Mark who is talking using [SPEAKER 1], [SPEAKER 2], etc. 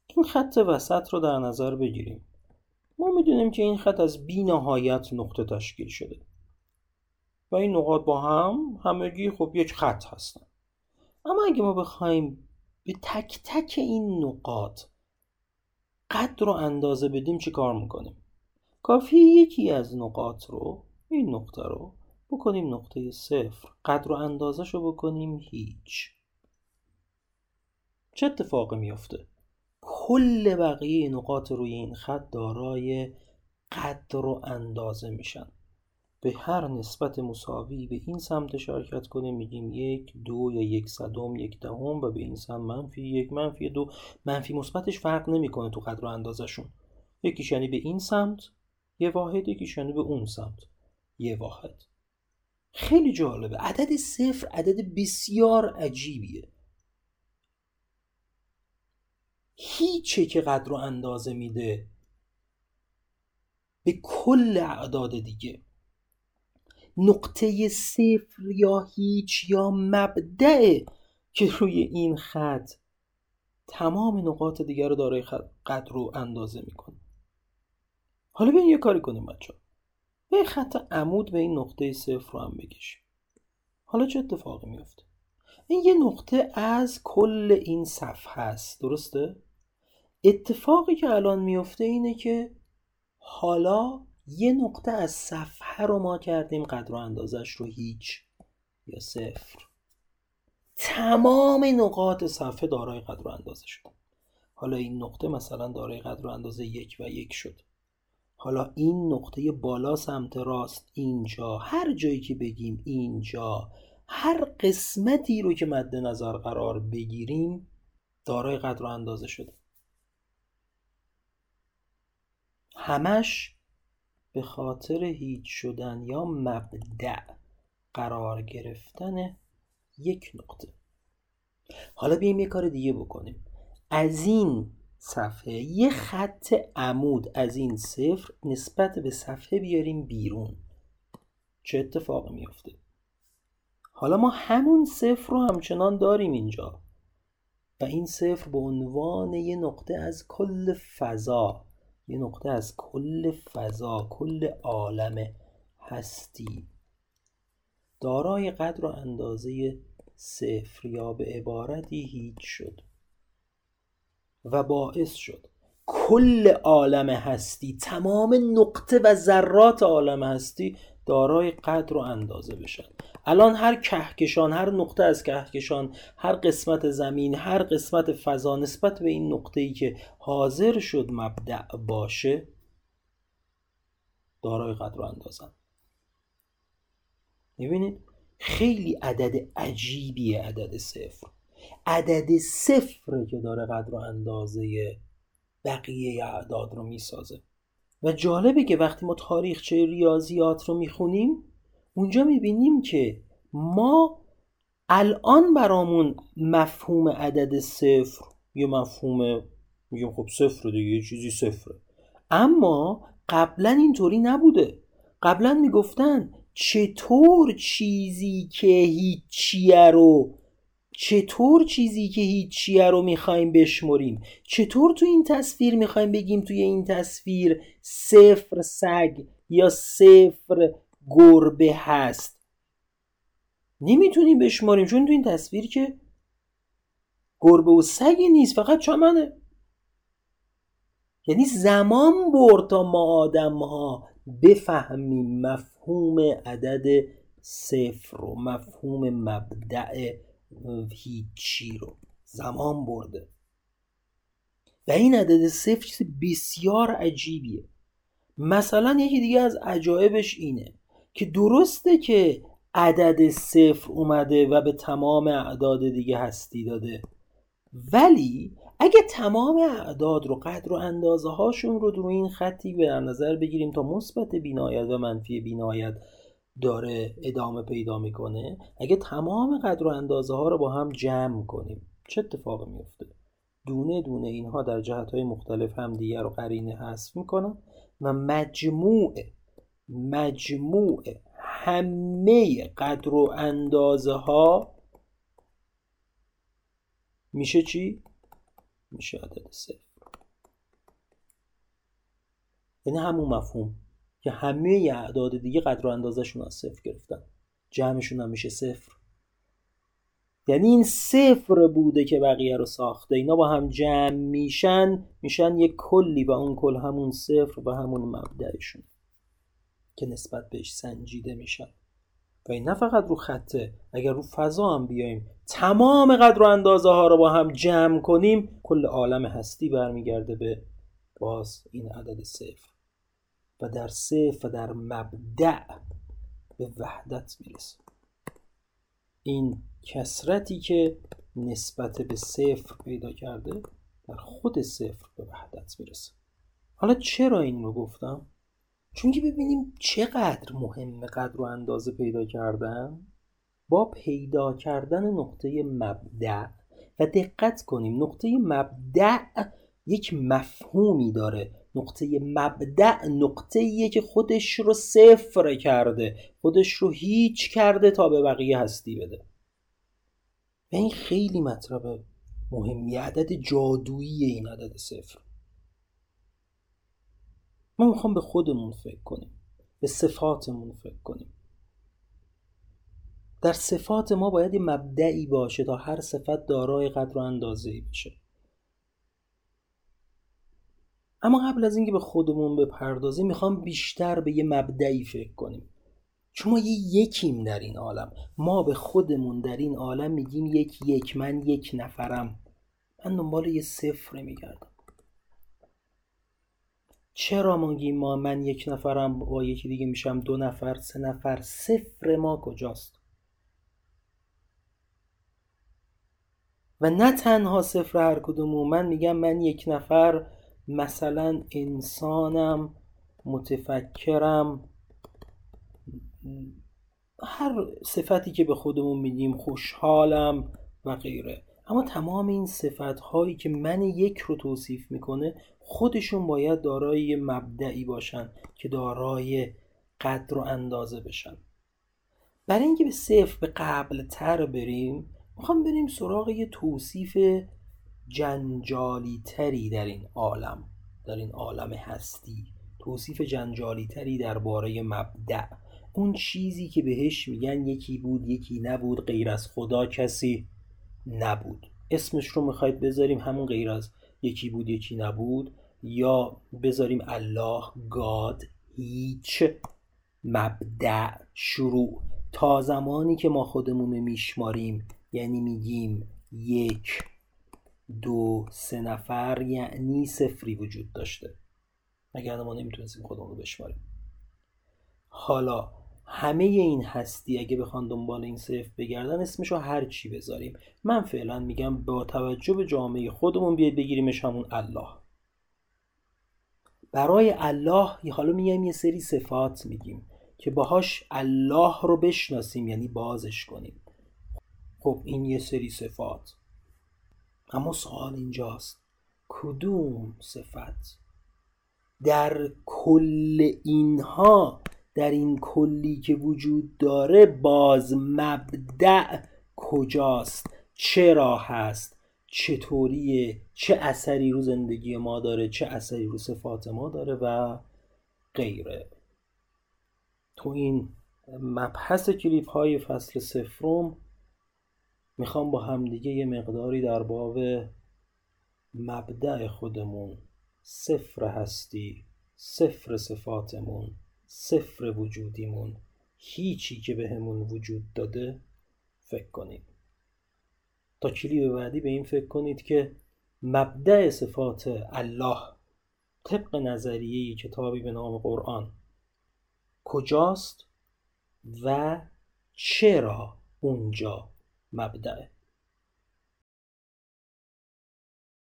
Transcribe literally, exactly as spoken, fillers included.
[SPEAKER 1] این خط وسط رو در نظر بگیریم. ما میدونیم که این خط از بی نهایت نقطه تشکیل شده و این نقاط با هم همگی خب یک خط هستن. اما اگه ما بخوایم به تک تک این نقاط قد رو اندازه بدیم چی کار میکنیم؟ کافیه یکی از نقاط رو، این نقطه رو بکنیم نقطه صفر، قد رو اندازه شو بکنیم هیچ. چه اتفاقی میفته؟ کل بقیه نقاط روی این خط دارای قد رو اندازه میشن. به هر نسبت مساوی به این سمت شرکت کنیم میگیم یک، دو یا یک صدم، یک دهم و به این سمت منفی یک، منفی دو. منفی مثبتش فرق نمیکنه تو قدر و اندازه شون. یکیش یعنی به این سمت یه واحد، یکیش یعنی به اون سمت یه واحد. خیلی جالبه. عدد صفر عدد بسیار عجیبیه. هیچه که قدر و اندازه میده به کل اعداد دیگه. نقطه صفر یا هیچ یا مبدأ که روی این خط تمام نقاط دیگر رو دارای قدر و اندازه میکنه. حالا بیاین یه کاری کنیم بچه ها. یه خط عمود به این نقطه صفر رو هم بکشیم. حالا چه اتفاقی میفته؟ این یه نقطه از کل این صفحه است، درسته؟ اتفاقی که الان میفته اینه که حالا یه نقطه از صفحه رو ما کردیم قدر و اندازش رو هیچ یا صفر. تمام نقاط صفحه دارای قدر و اندازه شد. حالا این نقطه مثلا دارای قدر و اندازه یک و یک شد. حالا این نقطه بالا سمت راست اینجا، هر جایی که بگیم اینجا، هر قسمتی رو که مد نظر قرار بگیریم دارای قدر و اندازه شده. همش به خاطر هیچ شدن یا مبدأ قرار گرفتن یک نقطه. حالا بیایم یه کار دیگه بکنیم. از این صفحه یه خط عمود از این صفر نسبت به صفحه بیاریم بیرون. چه اتفاقی میفته؟ حالا ما همون صفر رو همچنان داریم اینجا و این صفر به عنوان یه نقطه از کل فضا، یه نقطه از کل فضا، کل عالم هستی دارای قدر و اندازه صفر یا به عبارتی هیچ شد و باعث شد کل عالم هستی، تمام نقطه و ذرات عالم هستی دارای قدر و اندازه بشن. الان هر کهکشان، هر نقطه از کهکشان، هر قسمت زمین، هر قسمت فضا نسبت به این نقطه‌ای که حاضر شد مبدأ باشه دارای قدر و اندازه. میبینید خیلی عدد عجیبیه عدد صفر. عدد صفر که داره قدر و اندازه بقیه اعداد رو میسازه. و جالبه که وقتی ما تاریخچه ریاضیات رو میخونیم اونجا میبینیم که ما الان برامون مفهوم عدد صفر یه مفهوم میگیم خب صفر دیگه، یه چیزی صفره، اما قبلا اینطوری نبوده. قبلا میگفتن چطور چیزی که هیچیه رو چطور چیزی که هیچیه رو میخوایم بشمریم، چطور تو این تصویر میخوایم بگیم توی این تصویر صفر سگ یا صفر گربه هست. نمیتونیم بشماریم چون تو این تصویر که گربه و سگی نیست، فقط چمنه. یعنی زمان برد تا ما آدم ها بفهمیم مفهوم عدد صفر رو، مفهوم مبدأ هیچی رو، زمان برده. و این عدد صفر چیز بسیار عجیبیه. مثلا یکی دیگه از عجایبش اینه که درسته که عدد صفر اومده و به تمام اعداد دیگه هستی داده، ولی اگه تمام اعداد رو قدر و اندازه هاشون رو در این خطی به نظر بگیریم تا مثبت بی‌نهایت و منفی بی‌نهایت داره ادامه پیدا میکنه، اگه تمام قدر و اندازه ها رو با هم جمع کنیم چه اتفاقی میفته؟ دونه دونه اینها در جهت‌های مختلف هم دیگر رو قرینه حذف میکنن و مجموع مجموع همه قدر و اندازه ها میشه چی؟ میشه عدد صفر. یعنی همون مفهوم که همه اعداد دیگه قدر و اندازه‌شون از صفر گرفتن، جمعشون هم میشه صفر. یعنی این صفر بوده که بقیه رو ساخته. اینا با هم جمع میشن میشن یک کلی و اون کل همون صفر و همون مبدأشون که نسبت بهش سنجیده میشن. و این نه فقط رو خطه، اگر رو فضا هم بیایم تمام قدر و اندازه ها رو با هم جمع کنیم، کل عالم هستی برمیگرده به باز این عدد صفر و در صفر و در مبدأ به وحدت میرسه. این کثرتی که نسبت به صفر پیدا کرده در خود صفر به وحدت میرسه. حالا چرا این رو گفتم؟ چون که ببینیم چقدر مهمه قدر و اندازه پیدا کردن با پیدا کردن نقطه مبدأ. و دقت کنیم نقطه مبدأ یک مفهومی داره. نقطه مبدأ نقطه‌ایه که خودش رو صفر کرده، خودش رو هیچ کرده تا به بقیه هستی بده. و این خیلی مطلب مهمی، عدد جادویی این عدد صفر. ما میخوام به خودمون فکر کنیم، به صفاتمون فکر کنیم. در صفات ما باید یه مبدئی باشه تا هر صفت دارای قدر و اندازه‌ای بشه. اما قبل از اینکه به خودمون بپردازیم میخوام بیشتر به یه مبدئی فکر کنیم. چون ما یه یکیم در این عالم. ما به خودمون در این عالم میگیم یک یک، من یک نفرم. من دنبال یه صفر میگردم. چرا ما میگیم ما من یک نفرم با یکی دیگه میشم دو نفر سه نفر؟ صفر ما کجاست؟ و نه تنها صفر هر کدومون. من میگم من یک نفر مثلا انسانم، متفکرم، هر صفتی که به خودمون میدیم، خوشحالم و غیره. اما تمام این صفت‌هایی که من یک رو توصیف میکنه خودشون باید دارای مبدئی باشن که دارای قدر و اندازه بشن. برای اینکه به صفر به قبل تر بریم میخوام بریم سراغ یه توصیف جنجالی تری در این عالم، در این عالم هستی، توصیف جنجالی تری درباره مبدأ. اون چیزی که بهش میگن یکی بود یکی نبود، غیر از خدا کسی نبود. اسمش رو میخواید بذاریم همون غیر از یکی بود یکی نبود، یا بذاریم الله، گاد، هیچ، مبدأ، شروع. تا زمانی که ما خودمون میشماریم، یعنی میگیم یک دو سه نفر، یعنی صفری وجود داشته، اگر ما نمیتونستیم خودمون رو بشماریم. حالا همه این هستی اگه بخوان دنبال این صفر بگردن اسمشو هر چی بذاریم. من فعلا میگم با توجه به جامعه خودمون بیاید بگیریمش همون الله. برای الله حالا میگم یه سری صفات میگیم که باهاش الله رو بشناسیم، یعنی بازش کنیم. خب این یه سری صفات. اما سوال اینجاست کدوم صفت در کل اینها، در این کلی که وجود داره، باز مبدأ کجاست؟ چرا هست؟ چطوریه؟ چه اثری رو زندگی ما داره؟ چه اثری رو صفات ما داره و غیره. تو این مبحث کلیپ های فصل صفرم میخوام با همدیگه یه مقداری در باب مبدأ خودمون، صفر هستی، صفر صفاتمون، صفر وجودیمون، هیچی که بهمون وجود داده فکر کنیم. تا کلیپ بعدی به این فکر کنید که مبدأ صفات الله طبق نظریه کتابی به نام قرآن کجاست و چرا اونجا مبدأه.